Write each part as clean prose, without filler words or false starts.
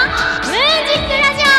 ムーンジックラジオ。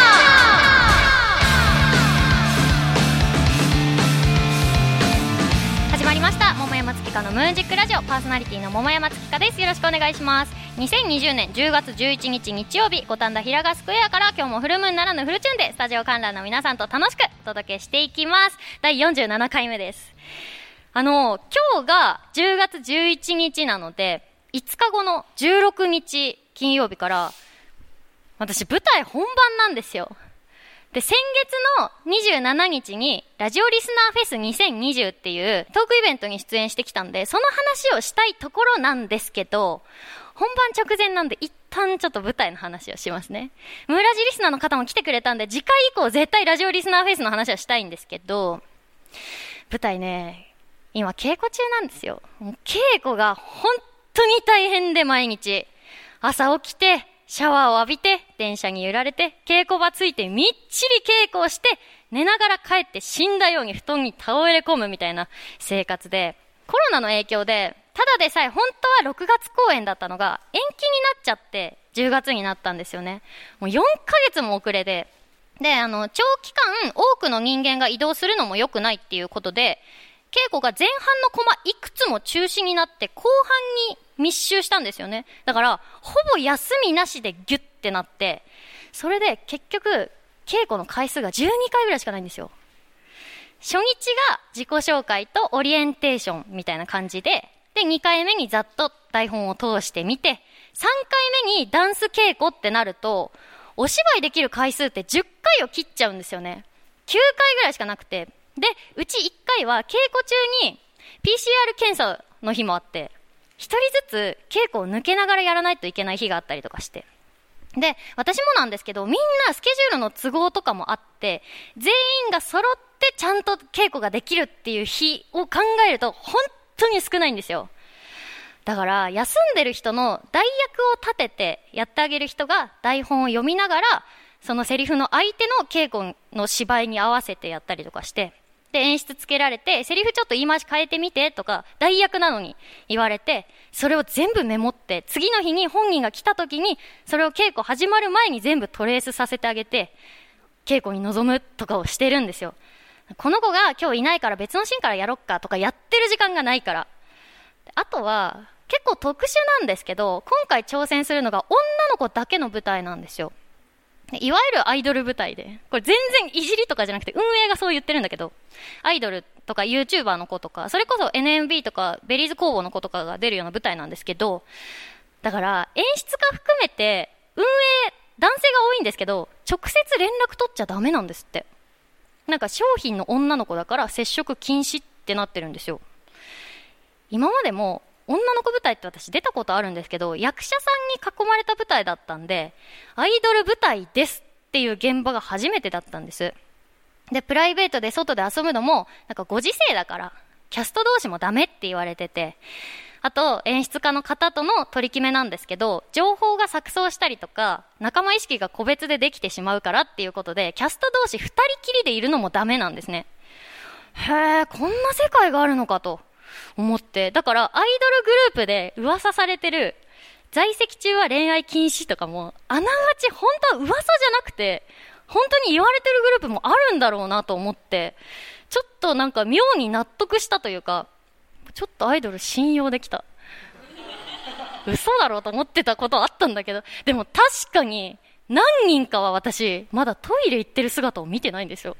始まりました、桃山月花のムーンジックラジオ。パーソナリティの桃山月花です。よろしくお願いします。2020年10月11日日曜日、五反田平賀スクエアから今日もフルムーンならぬフルチューンでスタジオ観覧の皆さんと楽しくお届けしていきます。第47回目です。今日が10月11日なので、5日後の16日金曜日から私舞台本番なんですよ。で、先月の27日にラジオリスナーフェス2020っていうトークイベントに出演してきたんで、その話をしたいところなんですけど、本番直前なんで一旦ちょっと舞台の話をしますね。ムーラジリスナーの方も来てくれたんで、次回以降絶対ラジオリスナーフェスの話はしたいんですけど、舞台ね、今稽古中なんですよ。もう稽古が本当に大変で、毎日朝起きてシャワーを浴びて電車に揺られて稽古場ついてみっちり稽古をして寝ながら帰って死んだように布団に倒れ込むみたいな生活で、コロナの影響でただでさえ本当は6月公演だったのが延期になっちゃって10月になったんですよね。もう4ヶ月も遅れで、長期間多くの人間が移動するのも良くないっていうことで、稽古が前半のコマいくつも中止になって後半に密集したんですよね。だからほぼ休みなしでギュッてなって、それで結局稽古の回数が12回ぐらいしかないんですよ。初日が自己紹介とオリエンテーションみたいな感じで、2回目にざっと台本を通してみて、3回目にダンス稽古ってなるとお芝居できる回数って10回を切っちゃうんですよね。9回ぐらいしかなくて、でうち1回は稽古中に PCR 検査の日もあって、1人ずつ稽古を抜けながらやらないといけない日があったりとかして、で私もなんですけど、みんなスケジュールの都合とかもあって全員が揃ってちゃんと稽古ができるっていう日を考えると本当に少ないんですよ。だから休んでる人の代役を立ててやってあげる人が台本を読みながら、そのセリフの相手の稽古の芝居に合わせてやったりとかして、で演出つけられて、セリフちょっと言い回し変えてみてとか代役なのに言われて、それを全部メモって、次の日に本人が来た時にそれを稽古始まる前に全部トレースさせてあげて稽古に臨むとかをしてるんですよ。この子が今日いないから別のシーンからやろっかとかやってる時間がないから。あとは結構特殊なんですけど、今回挑戦するのが女の子だけの舞台なんですよ。いわゆるアイドル舞台で、これ全然いじりとかじゃなくて運営がそう言ってるんだけど、アイドルとか YouTuber の子とか、それこそ NMB とかベリーズ工房の子とかが出るような舞台なんですけど、だから演出家含めて運営男性が多いんですけど、直接連絡取っちゃダメなんですって。なんか商品の女の子だから接触禁止ってなってるんですよ。今までも女の子舞台って私出たことあるんですけど、役者さんに囲まれた舞台だったんで、アイドル舞台ですっていう現場が初めてだったんです。でプライベートで外で遊ぶのもなんかご時世だからキャスト同士もダメって言われてて、あと演出家の方との取り決めなんですけど、情報が錯綜したりとか仲間意識が個別でできてしまうからっていうことで、キャスト同士2人きりでいるのもダメなんですね。へー、こんな世界があるのかと思って、だからアイドルグループで噂されてる在籍中は恋愛禁止とかもあながち本当は噂じゃなくて本当に言われてるグループもあるんだろうなと思って、ちょっとなんか妙に納得したというか、ちょっとアイドル信用できた。嘘だろうと思ってたことあったんだけど、でも確かに何人かは私まだトイレ行ってる姿を見てないんですよ。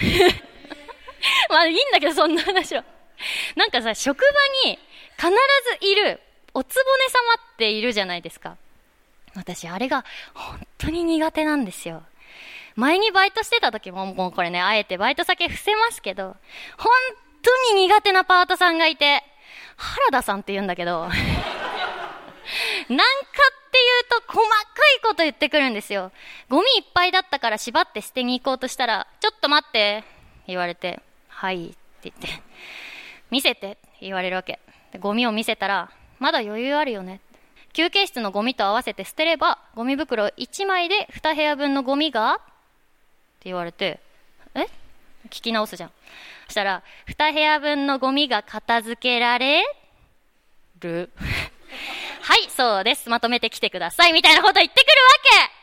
まあいいんだけど、そんな話は。なんかさ、職場に必ずいるおつぼね様っているじゃないですか。私あれが本当に苦手なんですよ。前にバイトしてた時も、もうこれね、あえてバイト先伏せますけど、本当に苦手なパートさんがいて、原田さんって言うんだけどなんかっていうと細かいこと言ってくるんですよ。ゴミいっぱいだったから縛って捨てに行こうとしたら、ちょっと待って言われて、はいって言って見せてって言われるわけで、ゴミを見せたらまだ余裕あるよね、休憩室のゴミと合わせて捨てればゴミ袋1枚で2部屋分のゴミがって言われて、聞き直すじゃん。そしたら2部屋分のゴミが片付けられるはい、そうです、まとめてきてくださいみたいなこと言ってくるわ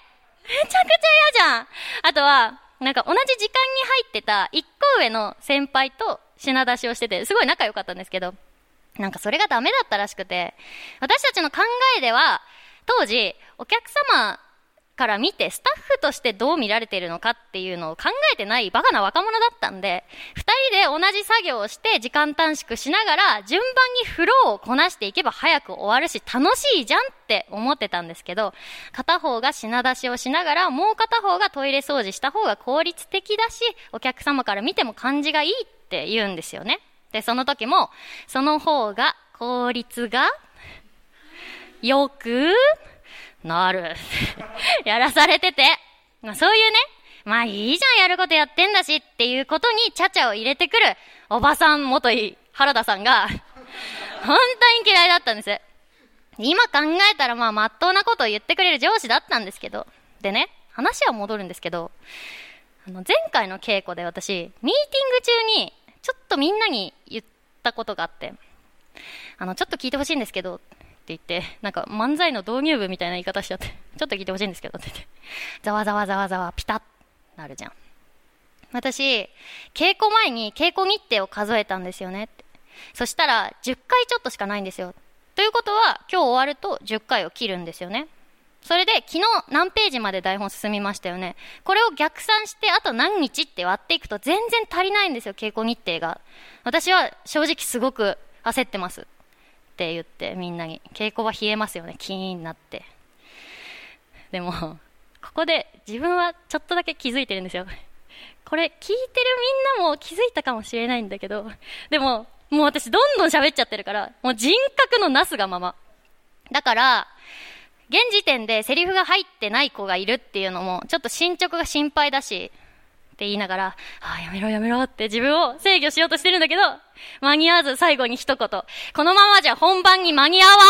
めちゃくちゃ嫌じゃん。あとはなんか同じ時間に入ってた1個上の先輩と品出しをしてて、すごい仲良かったんですけど、なんかそれがダメだったらしくて、私たちの考えでは当時お客様から見てスタッフとしてどう見られているのかっていうのを考えてないバカな若者だったんで、二人で同じ作業をして時間短縮しながら順番にフローをこなしていけば早く終わるし楽しいじゃんって思ってたんですけど、片方が品出しをしながらもう片方がトイレ掃除した方が効率的だし、お客様から見ても感じがいいって言うんですよね。で、その時もその方が効率がよくなるやらされてて、まあ、そういうね、まあいいじゃんやることやってんだしっていうことにちゃちゃを入れてくるおばさん元井原田さんが本当に嫌いだったんです。今考えたらまあ真っ当なことを言ってくれる上司だったんですけど、でね、話は戻るんですけど、前回の稽古で私ミーティング中にちょっとみんなに言ったことがあって、ちょっと聞いてほしいんですけどって言って、なんか漫才の導入部みたいな言い方しちゃって、ちょっと聞いてほしいんですけどって言って、ざわざわざわざわピタッなるじゃん。私稽古前に稽古日程を数えたんですよねって。そしたら10回ちょっとしかないんですよ。ということは今日終わると10回を切るんですよね。それで昨日何ページまで台本進みましたよね。これを逆算してあと何日って割っていくと全然足りないんですよ、稽古日程が。私は正直すごく焦ってますって言ってみんなに、稽古は冷えますよね、キーンになって。でもここで自分はちょっとだけ気づいてるんですよ。これ聞いてるみんなも気づいたかもしれないんだけど、でももう私どんどん喋っちゃってるから、もう人格のなすがままだから、現時点でセリフが入ってない子がいるっていうのもちょっと進捗が心配だしって言いながら、やめろやめろって自分を制御しようとしてるんだけど、間に合わず最後に一言、このままじゃ本番に間に合わん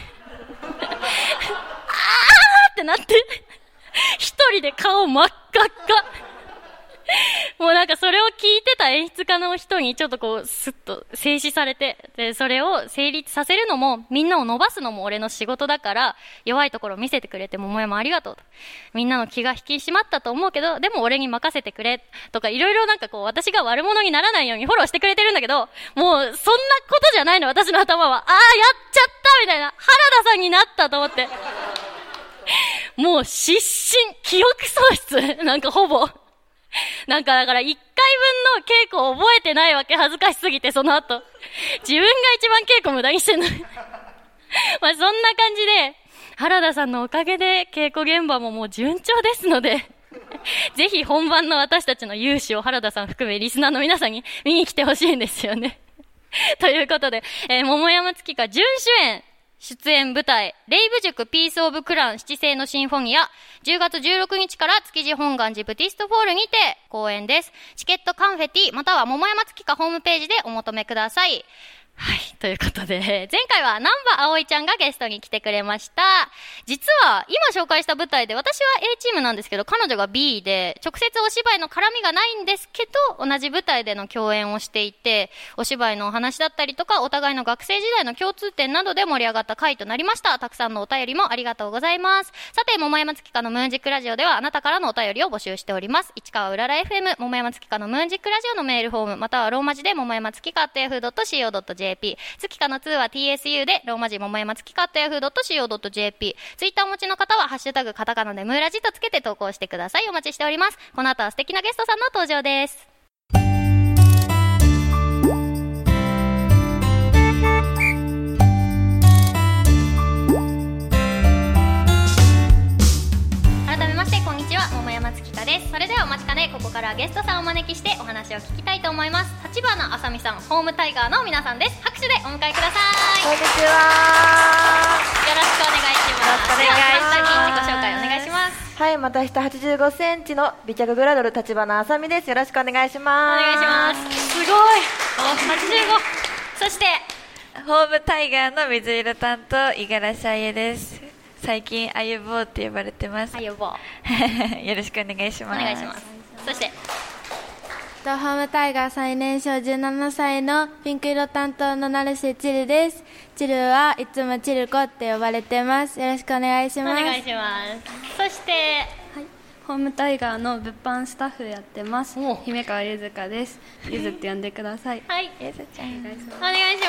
ってなって一人で顔真っ赤っかもうなんかそれを聞いてた演出家の人にちょっとこうスッと静止されて、でそれを成立させるのもみんなを伸ばすのも俺の仕事だから、弱いところを見せてくれて桃山ありがとうと、みんなの気が引き締まったと思うけど、でも俺に任せてくれとかいろいろなんかこう私が悪者にならないようにフォローしてくれてるんだけど、もうそんなことじゃないの、私の頭は。やっちゃったみたいな、原田さんになったと思ってもう失神、記憶喪失なんかほぼなんかだから1回分の稽古を覚えてないわけ、恥ずかしすぎて。その後自分が一番稽古無駄にしてんのまあそんな感じで原田さんのおかげで稽古現場ももう順調ですのでぜひ本番の私たちの勇姿を原田さん含めリスナーの皆さんに見に来てほしいんですよねということで、桃山月花準主演出演舞台レイブ塾ピースオブクラン七星のシンフォニア、10月16日から築地本願寺ブティストフォールにて公演です。チケットカンフェティまたは桃山月花ホームページでお求めください。はい、ということで前回は南波葵ちゃんがゲストに来てくれました。実は今紹介した舞台で私は A チームなんですけど、彼女が B で直接お芝居の絡みがないんですけど、同じ舞台での共演をしていて、お芝居のお話だったりとかお互いの学生時代の共通点などで盛り上がった回となりました。たくさんのお便りもありがとうございます。さて桃山月花のムーンジックラジオではあなたからのお便りを募集しております。市川うらら FM 桃山月花のムーンジックラジオのメールフォームまたはローマ字で桃山月花@yahoo.co.jp、月花の2は TSU でローマ字桃山月花@yahoo.co.jp、 ツイッターお持ちの方はハッシュタグカタカナでムーラジとつけて投稿してください。お待ちしております。この後は素敵なゲストさんの登場です。改めましてこんにちは、桃山月花です。それではお待ちかね、ここからゲストさんをお招きしてお話を聞きたいと思います。立花あさみさん、ホームタイガーの皆さんです。拍手でお迎えください。 こんにちは。 よろしくお願いします。では簡単に自己紹介お願いします。 はい、また下85センチの美脚グラドル立花あさみです。よろしくお願いします。 お願いします。すごい。85。そしてホームタイガーの水色担当五十嵐あゆです。最近あゆぼうって呼ばれてます。 あゆぼうよろしくお願いします。 お願いします。そしてホームタイガー最年少17歳のピンク色担当の成瀬チルです。チルはいつもチルコって呼ばれてます。よろしくお願いします。 お願いします。そして、 はい、 ホームタイガーの物販スタッフやってますお姫川ゆずかです。ゆずって呼んでください。 はいゆずちゃんお願いします。 お願いします。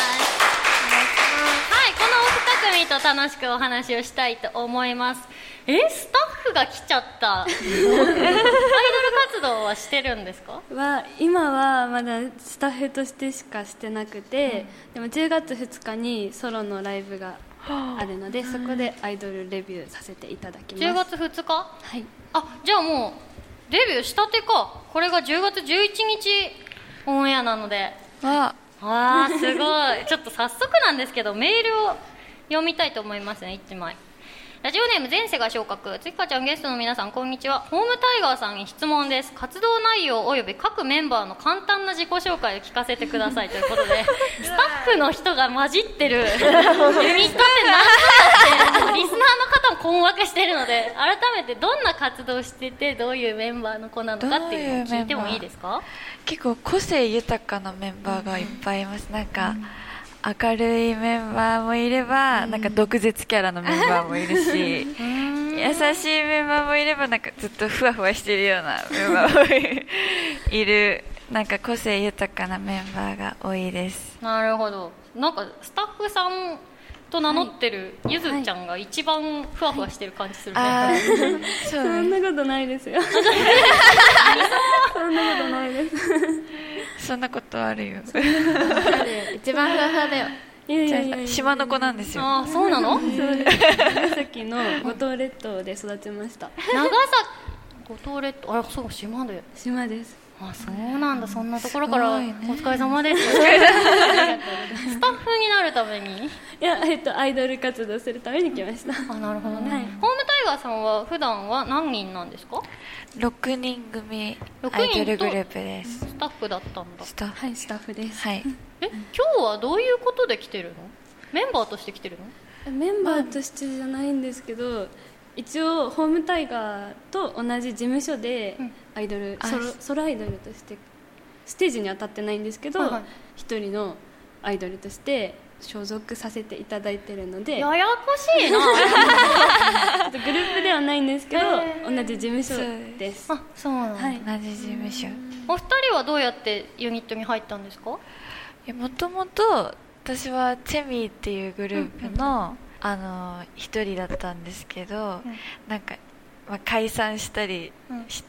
はい、このお二組と楽しくお話をしたいと思います。スタッフが来ちゃった。アイドル活動はしてるんですか？ 今はまだスタッフとしてしかしてなくて、でも10月2日にソロのライブがあるので、そこでアイドルレビューさせていただきます。 10月2日？ はい。 じゃあもうデビューしたてか。これが10月11日オンエアなので、すごい。ちょっと早速なんですけど、メールを読みたいと思いますね。1枚。ラジオネーム前世が昇格。つきかちゃん、ゲストの皆さん、こんにちは。ホームタイガーさんに質問です。活動内容および各メンバーの簡単な自己紹介を聞かせてくださいということで、スタッフの人が混じってるユニットって何だってリスナーの方も困惑してるので、改めてどんな活動してて、どういうメンバーの子なのかっていうのを聞いてもいいですか？ 結構個性豊かなメンバーがいっぱいいます。なんか、明るいメンバーもいれば、なんか毒舌キャラのメンバーもいるし、優しいメンバーもいれば、なんかずっとふわふわしてるようなメンバーもいる。なんか個性豊かなメンバーが多いです。 なるほど。なんかスタッフさんと名乗ってるゆずちゃんが一番ふわふわしてる感じするね。 そんなことないですよ。そんなことないです。 そんなことあるよ。 一番ふわふわだよ。 島の子なんですよ。 あ、そうなの？ そうです。長崎の五島列島で育ちました。 長崎五島列島、そう島で。 島です。 そうなんだ。そんなところからおすごいね疲れ様です。スタッフになるために？ いや、アイドル活動するために来ました。 なるほどね。 はい。 ホームタイガーさんは普段は何人なんですか 6人組 6 アイド人とルグループです。 スタッフだったんだ。 はい、スタッフです。 はい。 今日はどういうことで来てるの？メンバーとして来てるの？ メンバーとしてじゃないんですけど、一応ホームタイガーと同じ事務所でアイドル、ソロアイドルとしてステージには立ってないんですけど、一人のアイドルとして所属させていただいてるので、 ややこしいな。 グループではないんですけど、同じ事務所です。 そうなの。 はい。 同じ事務所。 お二人はどうやってユニットに入ったんですか？ もともと私はチェミーっていうグループの一人だったんですけど、なんか、解散したりして、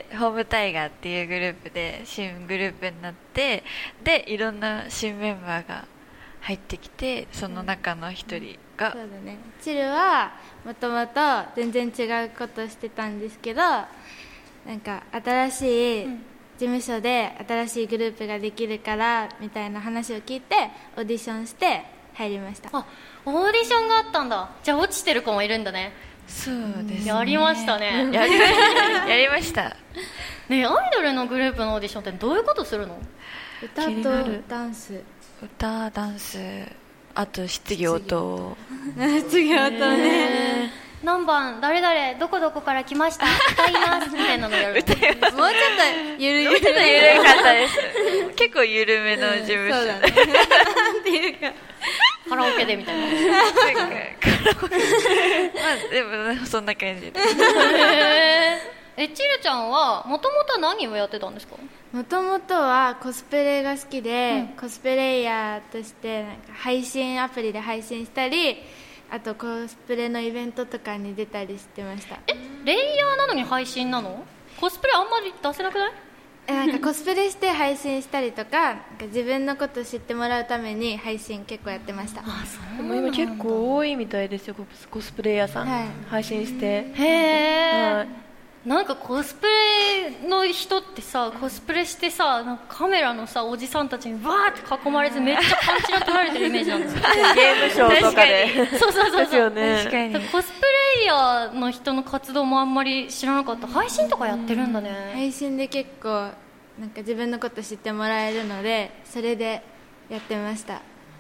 ホームタイガーっていうグループで新グループになって、でいろんな新メンバーが入ってきて、その中の一人が、 そうだね。チルはもともと全然違うことしてたんですけど、なんか新しい事務所で新しいグループができるからみたいな話を聞いてオーディションして入りました。 オーディションがあったんだ。じゃあ落ちてる子もいるんだね。 そうですね。 やりましたね。 やりました。 ね、アイドルのグループのオーディションってどういうことするの？ 歌とダンス。 歌、ダンス、あと質疑応答。 質疑応答ね。 何番誰々どこどこから来ました歌いますみたいなのやるの？ もうちょっとゆるかったです。結構ゆるめの事務所。 そうだね。なんていうかカラオケでみたいな。 でもそんな感じで。 チルちゃんはもともと何をやってたんですか？ もともとはコスプレが好きで、コスプレイヤーとしてなんかアプリで配信したり、あとコスプレのイベントとかに出たりしてました。 レイヤーなのに配信なの？コスプレあんまり出せなくない？ なんかコスプレして配信したりとか、なんか自分のこと知ってもらうために配信結構やってました。 でも今結構多いみたいですよ、コスプレイヤーさん、配信して。 へー。なんかコスプレの人ってさ、コスプレしてさ、なんかカメラのさおじさんたちにバーって囲まれてめっちゃパンチラ取られてるイメージなんですよ。 ゲームショーとかで。 そうですよね。 確かに。 コスプレイヤーの人の活動もあんまり知らなかった。配信とかやってるんだね。 配信で結構なんか自分のこと知ってもらえるので、それでやってました。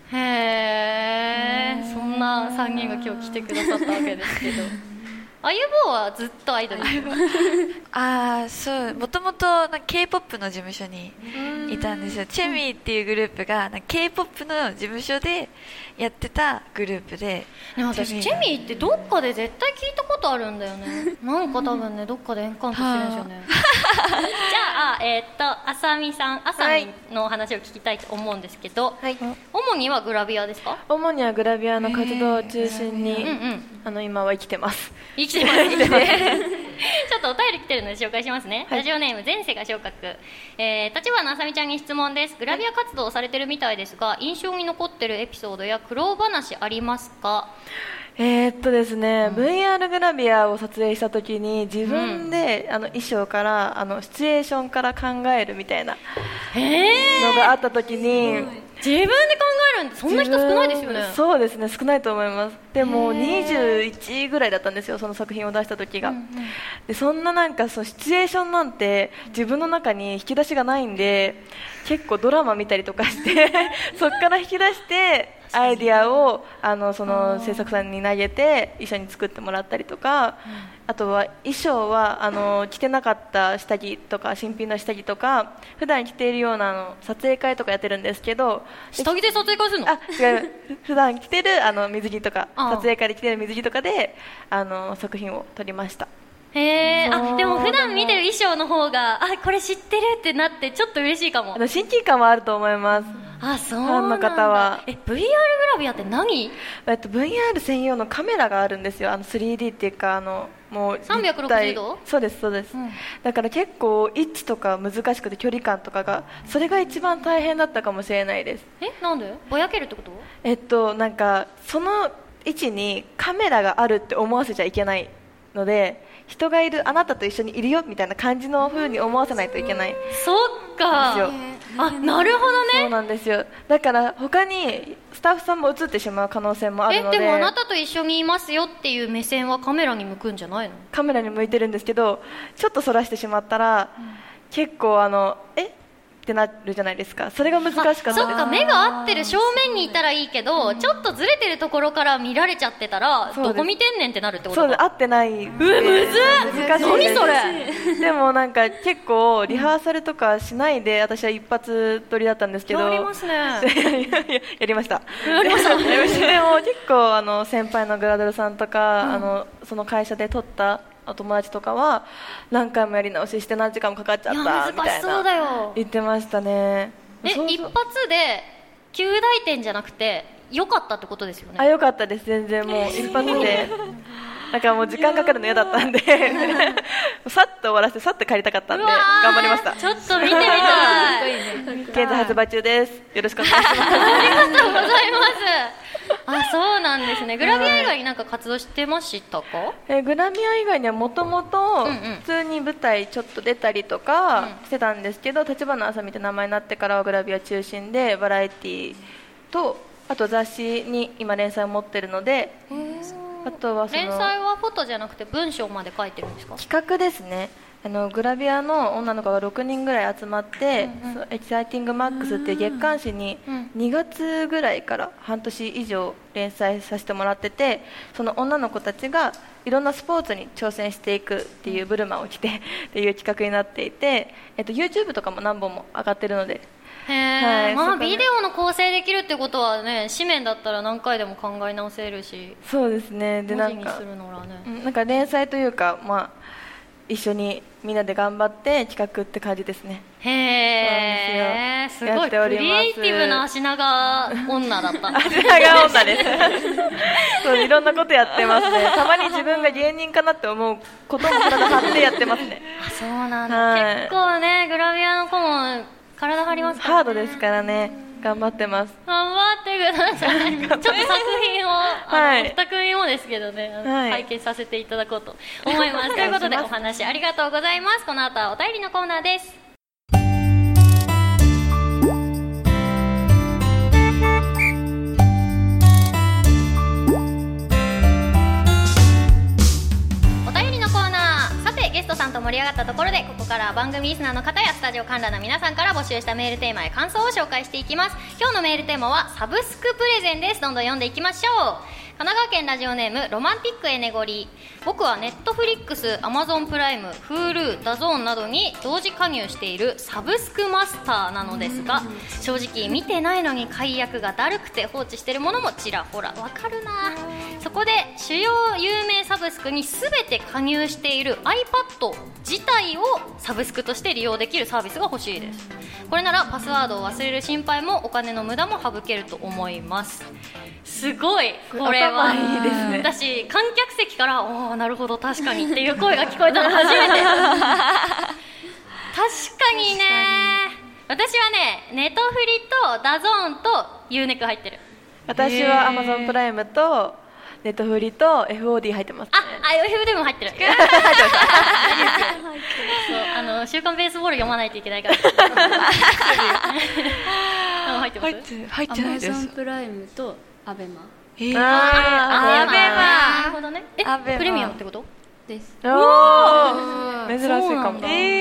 へー。そんな3人が今日来てくださったわけですけど。あゆぼうはずっとアイドル。 そう、もともと K-POP の事務所にいたんですよ。チェミーっていうグループがK-POP の事務所でやってたグループで、 でも私チェミーってどっかで絶対聞いたことあるんだよね。なんか多分ねどっかでエンカウントしてるんですよね。じゃああさみさん、あさみのお話を聞きたいと思うんですけど、 はい、 主にはグラビアですか？ 主にはグラビアの活動を中心に、今は生きてます。 生きてますちょっとお便り来てるので紹介しますね、はい、ラジオネーム前世が昇格、立花あさみちゃんに質問です。グラビア活動をされてるみたいですが、印象に残ってるエピソードや苦労話ありますか？ ですね、VR グラビアを撮影した時に自分で、衣装からシチュエーションから考えるみたいなのがあった時に、 自分で考えるんでそんな人少ないですよね。 そうですね、少ないと思います。でも21ぐらいだったんですよ、その作品を出した時が、でそんなシチュエーションなんて自分の中に引き出しがないんで、結構ドラマ見たりとかしてそこから引き出してアイディアをその制作さんに投げて一緒に作ってもらったりとか、あとは衣装は着てなかった下着とか新品の下着とか普段着ているような撮影会とかやってるんですけど、 下着で撮影会するの？ 違う普段着てる水着とか撮影会で着てる水着とかで作品を撮りました。 へー、でも普段見てる衣装の方がこれ知ってるってなってちょっと嬉しいかも。 親近感はあると思います。 そうなんだ。 ファンの方は。 VR グラビアって何 ？VR 専用のカメラがあるんですよ。3D っていうかもう 360度？ そうですそうです、だから結構位置とか難しくて距離感とかがそれが一番大変だったかもしれないです。 なんで？ぼやけるってこと？ その位置にカメラがあるって思わせちゃいけないので、人がいる、あなたと一緒にいるよみたいな感じの風に思わせないといけない。 そっか。なるほどね。 そうなんですよ。だから他にスタッフさんも映ってしまう可能性もあるので。 でもあなたと一緒にいますよっていう目線はカメラに向くんじゃないの？ カメラに向いてるんですけど、ちょっとそらしてしまったら、結構ってなるじゃないですか。それが難しかったです。 そっか、目が合ってる正面にいたらいいけど、ちょっとずれてるところから見られちゃってたらどこ見てんねんってなるってことか。 そうです、合ってない。 むずっ、 難しいです。 何それ。 でも結構リハーサルとかしないで、私は一発撮りだったんですけど。 やりますね。 やりました。 やりました。 でも結構先輩のグラドルさんとか、その会社で撮ったお友達とかは何回もやり直しして何時間もかかっちゃったみたいな言ってましたね。 一発で9大点じゃなくて良かったってことですよね？ 良かったです。全然もう一発でもう時間かかるの嫌だったんでさっと終わらせてさっと帰りたかったんで頑張りました。 ちょっと見てみたい。 現在発売中です。よろしくお願いします。 ありがとうございます。そうなんですね。グラビア以外に活動してましたか？ グラビア以外にはもともと普通に舞台ちょっと出たりとかしてたんですけど、立花あさみって名前になってからはグラビア中心でバラエティと、あと雑誌に今連載を持ってるので、あとは連載はフォトじゃなくて文章まで書いてるんですか？ 企画ですね。グラビアの女の子が6人ぐらい集まって、エキサイティングマックスっていう月刊誌に2月ぐらいから半年以上連載させてもらってて、その女の子たちがいろんなスポーツに挑戦していくっていうブルマを着てっていう企画になっていて、YouTube とかも何本も上がってるので。 ビデオの構成できるってことはね、紙面だったら何回でも考え直せるし。 そうですね。で文字にするのらね、 連載というか、一緒にみんなで頑張って企画って感じですね。 へー、すごいクリエイティブな足長女だった足長女ですそう、いろんなことやってますね。たまに自分が芸人かなって思うことも体張ってやってますね。 そうなんだ、結構ね、グラビアの子も体張りますからね。 ハードですからね。頑張ってます。 頑張ってください。ちょっと作品を2組もですけどね、拝見させていただこうと思いますということで、お話ありがとうございます。この後はお便りのコーナーです。ゲストさんと盛り上がったところで、ここからは番組リスナーの方やスタジオ観覧の皆さんから募集したメールテーマや感想を紹介していきます。今日のメールテーマはサブスクプレゼンです。どんどん読んでいきましょう。 神奈川県ラジオネームロマンティックエネゴリ。僕はネットフリックス、アマゾンプライム、Hulu、ダゾーンなどに同時加入しているサブスクマスターなのですが、正直見てないのに解約がだるくて放置しているものもちらほらわかるな。そこで主要有名サブスクに全て加入している iPad 自体をサブスクとして利用できるサービスが欲しいです。これならパスワードを忘れる心配もお金の無駄も省けると思います。すごい、これは頭いいですね。 私観客席からおーなるほど確かにっていう声が聞こえたの初めて確かにね。私はね、ネトフリとダゾーンと UNEXT 入ってる。 私は Amazon プライムとネットフリと FOD 入ってますね。 FD も入ってるそう、週刊ベースボール読まないといけないから入ってます。 入ってないです。 Amazon プライムとアベマアベマ。なるほどね。 アベマプレミアムってことです。 おー、珍しいかも。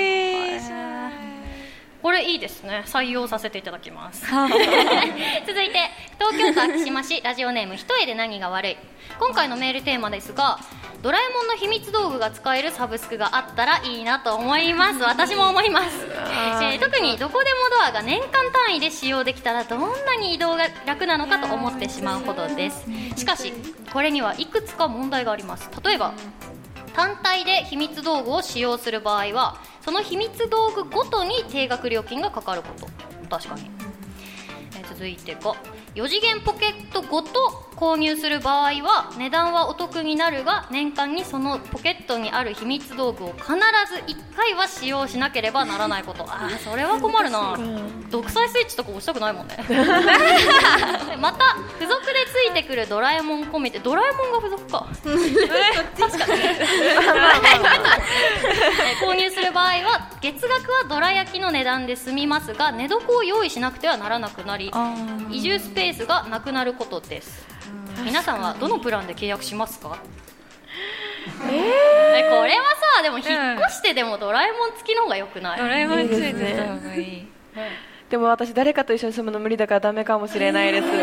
これいいですね。採用させていただきます続いて東京都昭島市ラジオネーム一重で何が悪い。今回のメールテーマですが、ドラえもんの秘密道具が使えるサブスクがあったらいいなと思います。私も思います、特にどこでもドアが年間単位で使用できたらどんなに移動が楽なのかと思ってしまうほどです。しかしこれにはいくつか問題があります。例えば単体で秘密道具を使用する場合はその秘密道具ごとに定額料金がかかること。確かに。続いてが4次元ポケットごと購入する場合は値段はお得になるが、年間にそのポケットにある秘密道具を必ず1回は使用しなければならないこと。それは困るな。独裁スイッチとか押したくないもんねまた付属でついてくるドラえもん込みで、ドラえもんが付属か確かに購入する場合は月額はどら焼きの値段で済みますが、寝床を用意しなくてはならなくなり移住スペースがなくなることです。皆さんはどのプランで契約しますか？これはさ、でも引っ越してでもドラえもん付きの方が良くない？ ドラえもんついてた方がいい。 でも私誰かと一緒に住むの無理だからダメかもしれないです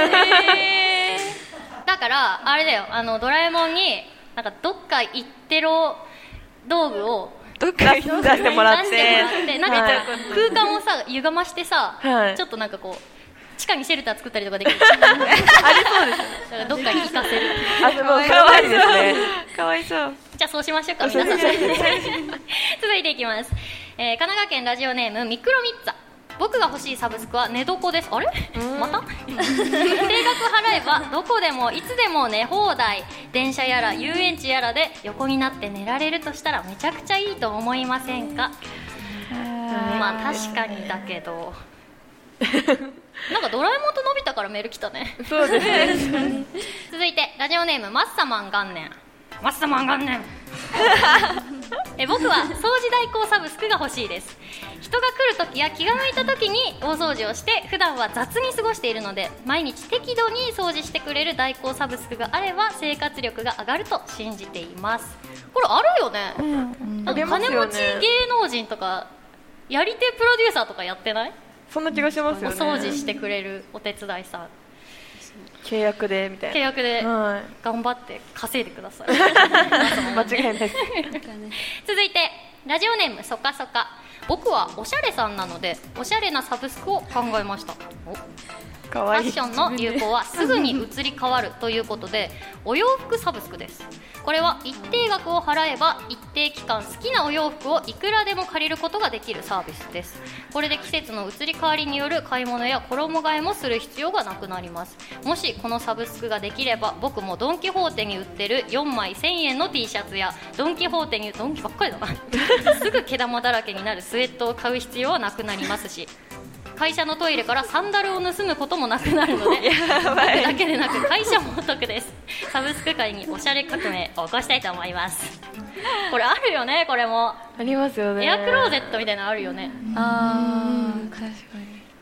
だからあれだよ、ドラえもんになんかどっか行ってろ道具を出してもらってなんか空間をさ歪ましてさ、 はい、 ちょっとなんかこう地下にシェルター作ったりとかできるありそうです。 だからどっかに行かせる。 かわいいですね。かわいそう。 じゃあそうしましょうか皆さん続いていきます。神奈川県ラジオネームミクロミッツァ。僕が欲しいサブスクは寝床です。あれまた定額払えばどこでもいつでも寝放題。電車やら遊園地やらで横になって寝られるとしたらめちゃくちゃいいと思いませんか？まあ確かにだけどなんかドラえもんとのび太からメール来たね。 そうですね続いてラジオネームマッサマン元年。マッサマン元年僕は掃除代行サブスクが欲しいです。人が来るときや気が向いたときに大掃除をして普段は雑に過ごしているので、毎日適度に掃除してくれる代行サブスクがあれば生活力が上がると信じています。これあるよね、なんか金持ち芸能人とかやり手プロデューサーとかやってない？ そんな気がしますよね。 お掃除してくれるお手伝いさん契約でみたいな。 契約で頑張って稼いでください間違いないです続いてラジオネームそかそか。僕はおしゃれさんなのでおしゃれなサブスクを考えました。 かわいい。 ファッションの流行はすぐに移り変わるということでお洋服サブスクです。これは一定額を払えば一定期間好きなお洋服をいくらでも借りることができるサービスです。これで季節の移り変わりによる買い物や衣替えもする必要がなくなります。もしこのサブスクができれば僕もドンキホーテに売ってる4枚1000円の T シャツやドンキホーテにドンキばっかりだなすぐ毛玉だらけになるスウェットを買う必要はなくなりますし、会社のトイレからサンダルを盗むこともなくなるので僕だけでなく会社もお得です。サブスク界におしゃれ革命を起こしたいと思います。これあるよね。これもありますよね。 エアクローゼットみたいなのあるよね。 確かに。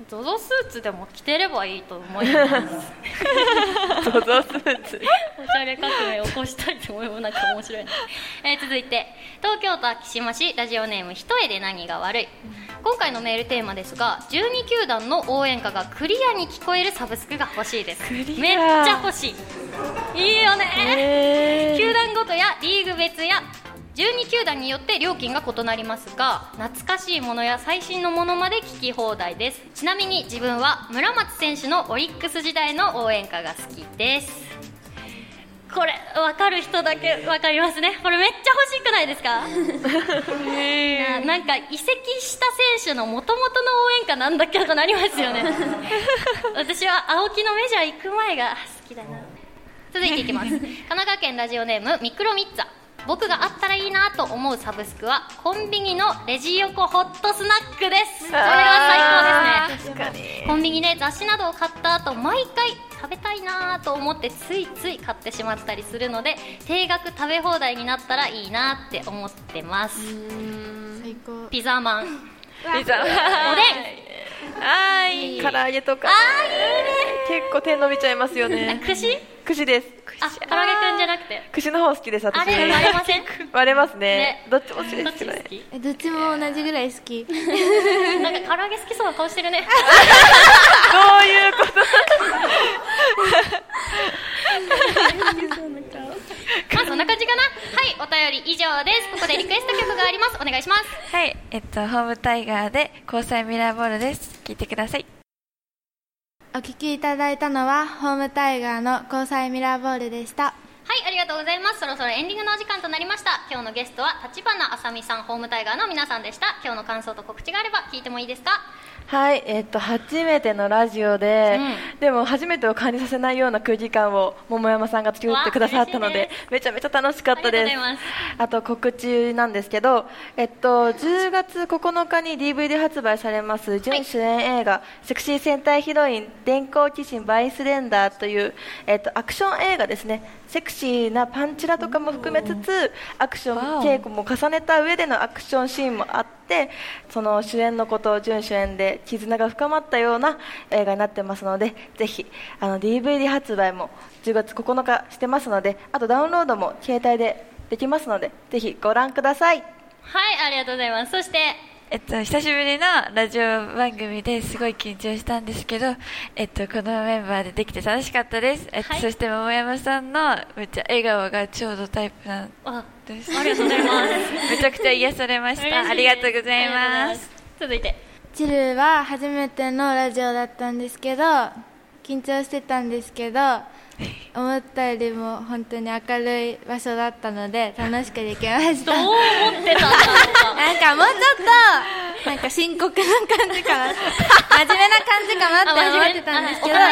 ゾゾスーツでも着てればいいと思いますゾゾスーツおしゃれ革命を起こしたいと思います。なんか面白いな、続いて東京都昭島市ラジオネーム一重で何が悪い、今回のメールテーマですが、12球団の応援歌がクリアに聞こえるサブスクが欲しいです。めっちゃ欲しい。いいよね、球団ごとやリーグ別や12球団によって料金が異なりますが、懐かしいものや最新のものまで聞き放題です。ちなみに自分は村松選手のオリックス時代の応援歌が好きです。これ分かる人だけ分かりますね。これめっちゃ欲しくないですかなんか移籍した選手の元々の応援歌なんだっけとかなりますよね私は青木のメジャー行く前が好きだな。続いていきます神奈川県ラジオネームミクロミッツァ、僕があったらいいなと思うサブスクはコンビニのレジ横ホットスナックです。これは最高ですね。確かにコンビニで雑誌などを買った後、毎回食べたいなと思ってついつい買ってしまったりするので、定額食べ放題になったらいいなって思ってます。 最高。 ピザマン、 ピザおでん、 唐揚げとか、結構手伸びちゃいますよね。串です。 唐揚げくんじゃなくて串の方好きです。私あれ割れません割れますね。どっちも好きですけどね。 どっちも同じぐらい好きなんか唐揚げ好きそうな顔してるねどういうことまあそんな感じかな。はい、お便り以上です。ここでリクエスト曲があります。お願いします。 はい、ホームタイガーで交際ミラーボールです。聴いてください。 お聞きいただいたのはホームタイガーの交際ミラーボールでした。 はい、ありがとうございます。そろそろエンディングのお時間となりました。今日のゲストは立花あさみさん、ホームタイガーの皆さんでした。今日の感想と告知があれば聞いてもいいですか？ はい、初めてのラジオで、でも初めてを感じさせないような空気感を桃山さんが作ってくださったので、めちゃめちゃ楽しかったです。あと告知なんですけど、10月9日に DVD 発売されます準主演映画、セクシー戦隊ヒロイン電光騎士バイスレンダーという、アクション映画ですね。セクシーなパンチラとかも含めつつ、アクション稽古も重ねた上でのアクションシーンもあって、その主演のことを準主演で絆が深まったような映画になってますので、ぜひDVD 発売も10月9日してますので、あとダウンロードも携帯でできますので、ぜひご覧ください。 はい、ありがとうございます。そして久しぶりのラジオ番組ですごい緊張したんですけど、このメンバーでできて楽しかったです。そして桃山さんのめっちゃ笑顔がちょうどタイプなんです。 ありがとうございますめちゃくちゃ癒されました。ありがとうございます。 続いてチルは初めてのラジオだったんですけど、緊張してたんですけど思ったよりも本当に明るい場所だったので楽しくできました。 どう思ってたんだろうなんかもうちょっとなんか深刻な感じかな真面目な感じかなって思ってたんですけど、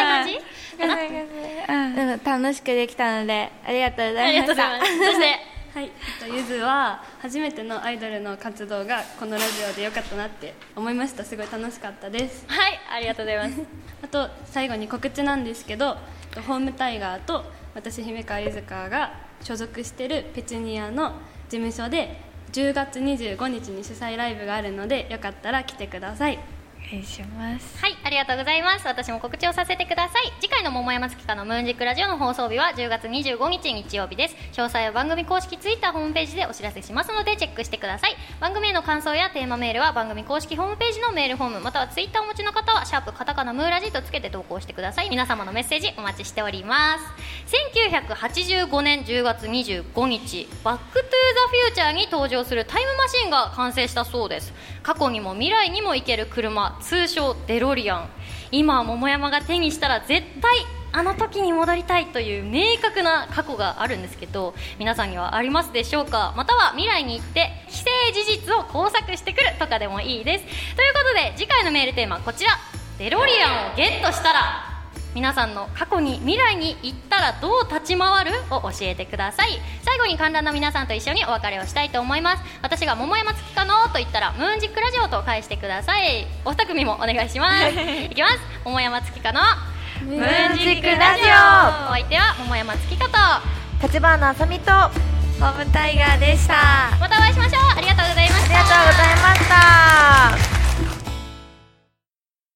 でも楽しくできたのでありがとうございました。 そしてはい、ゆずは初めてのアイドルの活動がこのラジオでよかったなって思いました。すごい楽しかったです。 はい、ありがとうございますあと最後に告知なんですけど、ホームタイガーと私姫川ゆずかが所属しているペチュニアの事務所で10月25日に主催ライブがあるので、よかったら来てください。 お願いします。 はい、ありがとうございます。私も告知をさせてください。次回の桃山月花のムーンジックラジオの放送日は10月25日日曜日です。詳細は番組公式ツイッターホームページでお知らせしますのでチェックしてください。番組への感想やテーマメールは番組公式ホームページのメールフォーム、またはツイッターをお持ちの方はシャープカタカナムーラジとつけて投稿してください。皆様のメッセージお待ちしております。1985年10月25日バックトゥーザフューチャーに登場するタイムマシンが完成したそうです。過去にも未来にも行ける車、通称デロリアン。今桃山が手にしたら絶対あの時に戻りたいという明確な過去があるんですけど、皆さんにはありますでしょうか？または未来に行って既成事実を工作してくるとかでもいいです。ということで次回のメールテーマはこちら、デロリアンをゲットしたら皆さんの過去に未来に行ったらどう立ち回るを教えてください。最後に観覧の皆さんと一緒にお別れをしたいと思います。私が桃山月花のと言ったらムーンジックラジオと返してください。お二組もお願いしますいきます。桃山月花のムーンジックラジオ、 お相手は桃山月花と立花あさみとホームタイガーでした。